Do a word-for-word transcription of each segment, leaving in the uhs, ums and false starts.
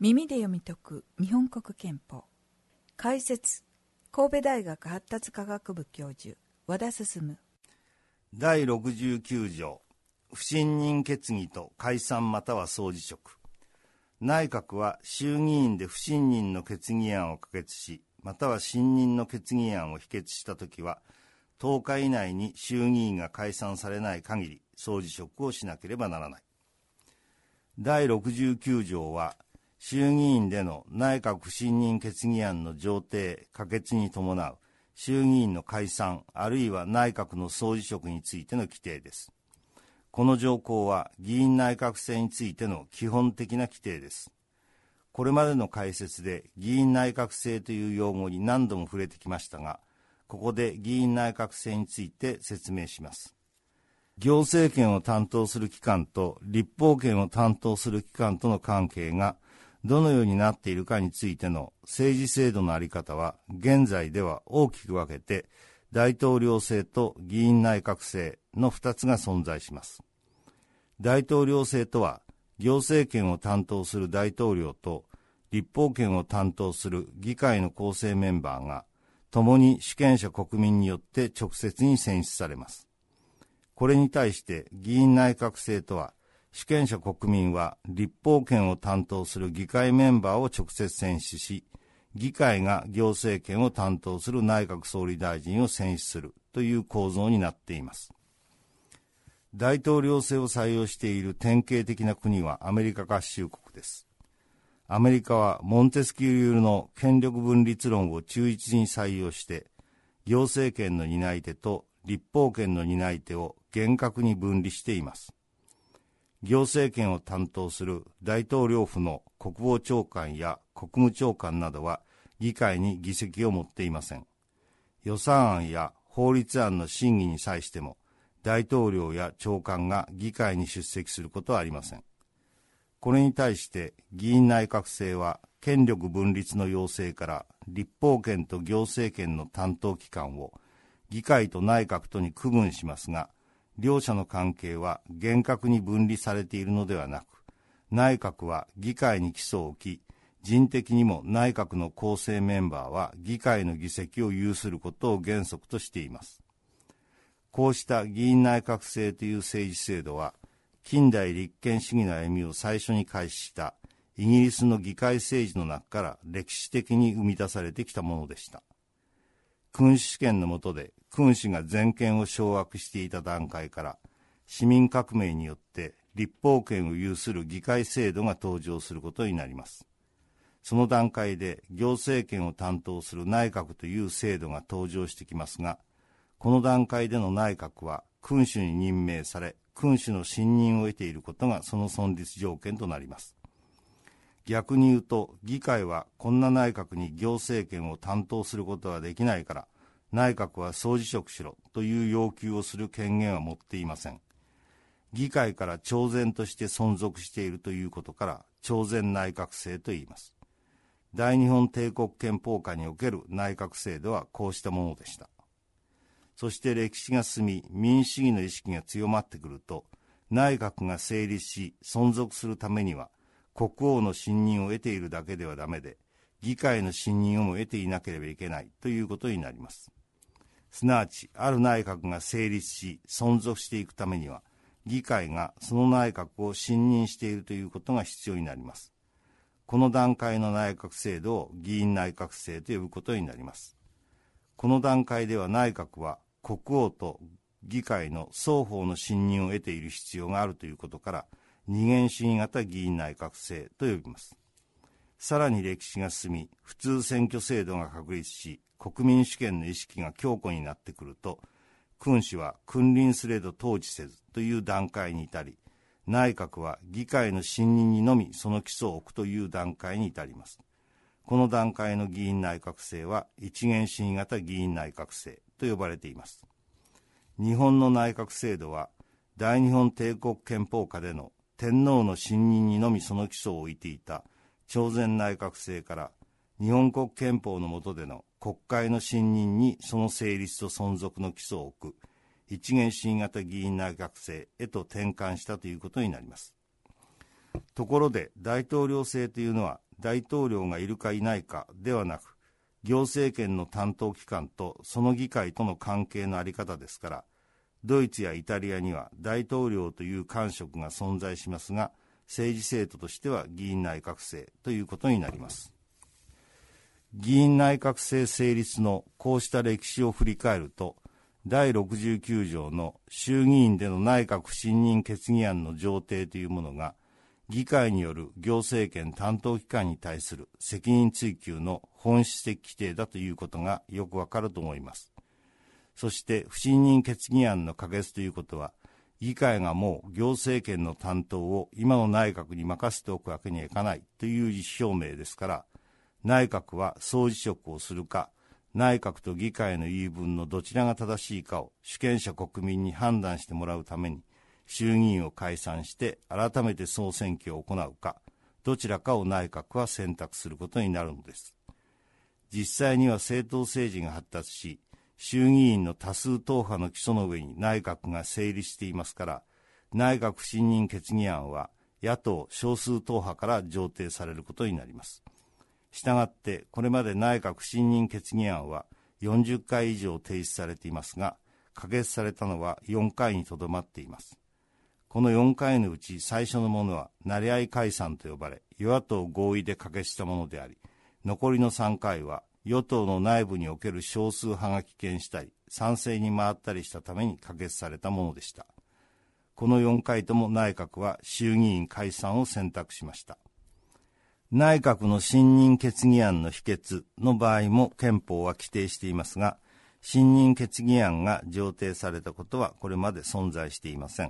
耳で読み解く日本国憲法。解説、神戸大学発達科学部教授和田進。 だいろくじゅうきゅう条、不信任決議と解散または総辞職。内閣は衆議院で不信任の決議案を可決し、または信任の決議案を否決したときは、とおか以内に衆議院が解散されない限り総辞職をしなければならない。だいろくじゅうきゅう条は、衆議院での内閣不信任決議案の上呈・可決に伴う衆議院の解散あるいは内閣の総辞職についての規定です。この条項は議院内閣制についての基本的な規定です。これまでの解説で議院内閣制という用語に何度も触れてきましたが、ここで議院内閣制について説明します。行政権を担当する機関と立法権を担当する機関との関係がどのようになっているかについての政治制度の在り方は、現在では大きく分けて大統領制と議院内閣制のふたつが存在します。大統領制とは、行政権を担当する大統領と立法権を担当する議会の構成メンバーが共に主権者国民によって直接に選出されます。これに対して議院内閣制とは、主権者国民は立法権を担当する議会メンバーを直接選出し、議会が行政権を担当する内閣総理大臣を選出するという構造になっています。大統領制を採用している典型的な国はアメリカ合衆国です。アメリカはモンテスキュー流の権力分立論を忠実に採用して、行政権の担い手と立法権の担い手を厳格に分離しています。行政権を担当する大統領府の国防長官や国務長官などは議会に議席を持っていません。予算案や法律案の審議に際しても、大統領や長官が議会に出席することはありません。これに対して議院内閣制は、権力分立の要請から立法権と行政権の担当機関を議会と内閣とに区分しますが、両者の関係は厳格に分離されているのではなく、内閣は議会に基礎を置き、人的にも内閣の構成メンバーは議会の議席を有することを原則としています。こうした議院内閣制という政治制度は、近代立憲主義の歩みを最初に開始したイギリスの議会政治の中から歴史的に生み出されてきたものでした。君主主権の下で君主が全権を掌握していた段階から、市民革命によって立法権を有する議会制度が登場することになります。その段階で行政権を担当する内閣という制度が登場してきますが、この段階での内閣は君主に任命され、君主の信任を得ていることがその存立条件となります。逆に言うと、議会はこんな内閣に行政権を担当することはできないから、内閣は総辞職しろという要求をする権限は持っていません。議会から超然として存続しているということから、超然内閣制と言います。大日本帝国憲法下における内閣制度はこうしたものでした。そして歴史が進み、民主主義の意識が強まってくると、内閣が成立し存続するためには、国王の信任を得ているだけではダメで、議会の信任をも得ていなければいけないということになります。すなわち、ある内閣が成立し存続していくためには、議会がその内閣を信任しているということが必要になります。この段階の内閣制度を議院内閣制と呼ぶことになります。この段階では内閣は国王と議会の双方の信任を得ている必要があるということから、二元主義型議員内閣制と呼びます。さらに歴史が進み、普通選挙制度が確立し、国民主権の意識が強固になってくると、君主は君臨すれど統治せずという段階に至り、内閣は議会の信任にのみその基礎を置くという段階に至ります。この段階の議院内閣制は一元主義型議員内閣制と呼ばれています。日本の内閣制度は、大日本帝国憲法下での天皇の信任にのみその基礎を置いていた超然内閣制から、日本国憲法の下での国会の信任にその成立と存続の基礎を置く一元主義型議員内閣制へと転換したということになります。ところで大統領制というのは、 大統領がいるかいないかではなく、行政権の担当機関とその議会との関係の在り方ですから、ドイツやイタリアには大統領という官職が存在しますが、政治制度としては議院内閣制ということになります。議院内閣制成立のこうした歴史を振り返ると、だいろくじゅうきゅう条の衆議院での内閣不信任決議案の上程というものが、議会による行政権担当機関に対する責任追及の本質的規定だということがよくわかると思います。そして不信任決議案の可決ということは、議会がもう行政権の担当を今の内閣に任せておくわけにはいかないという意思表明ですから、内閣は総辞職をするか、内閣と議会の言い分のどちらが正しいかを主権者国民に判断してもらうために、衆議院を解散して改めて総選挙を行うか、どちらかを内閣は選択することになるのです。実際には政党政治が発達し、衆議院の多数党派の基礎の上に内閣が成立していますから、内閣不信任決議案は野党少数党派から上程されることになります。したがって、これまで内閣不信任決議案はよんじゅっかい以上提出されていますが、可決されたのはよんかいにとどまっています。このよんかいのうち最初のものは、成り合い解散と呼ばれ、与野党合意で可決したものであり、残りのさんかいは、与党の内部における少数派が棄権したり、賛成に回ったりしたために可決されたものでした。このよんかいとも内閣は衆議院解散を選択しました。内閣の信任決議案の否決の場合も憲法は規定していますが、信任決議案が上程されたことはこれまで存在していません。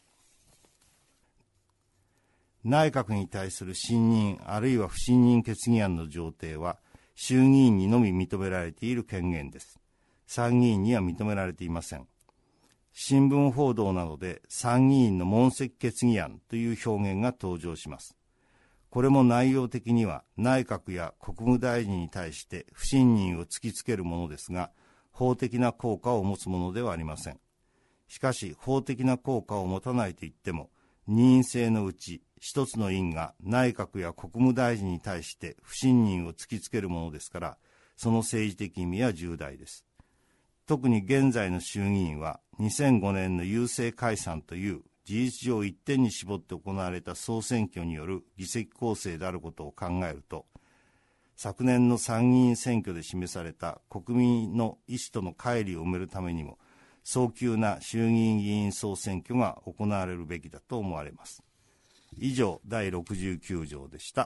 内閣に対する信任あるいは不信任決議案の上程は衆議院にのみ認められている権限です。参議院には認められていません。新聞報道などで参議院の問責決議案という表現が登場します。これも内容的には内閣や国務大臣に対して不信任を突きつけるものですが、法的な効果を持つものではありません。しかし法的な効果を持たないといっても、任意制のうち一つの院が内閣や国務大臣に対して不信任を突きつけるものですから、その政治的意味は重大です。特に現在の衆議院はにせんごねんの郵政解散という事実上一点に絞って行われた総選挙による議席構成であることを考えると、昨年の参議院選挙で示された国民の意思との乖離を埋めるためにも、早急な衆議院議員総選挙が行われるべきだと思われます。以上、だいろくじゅうきゅう条でした。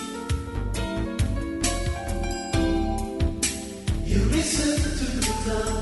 You listen to the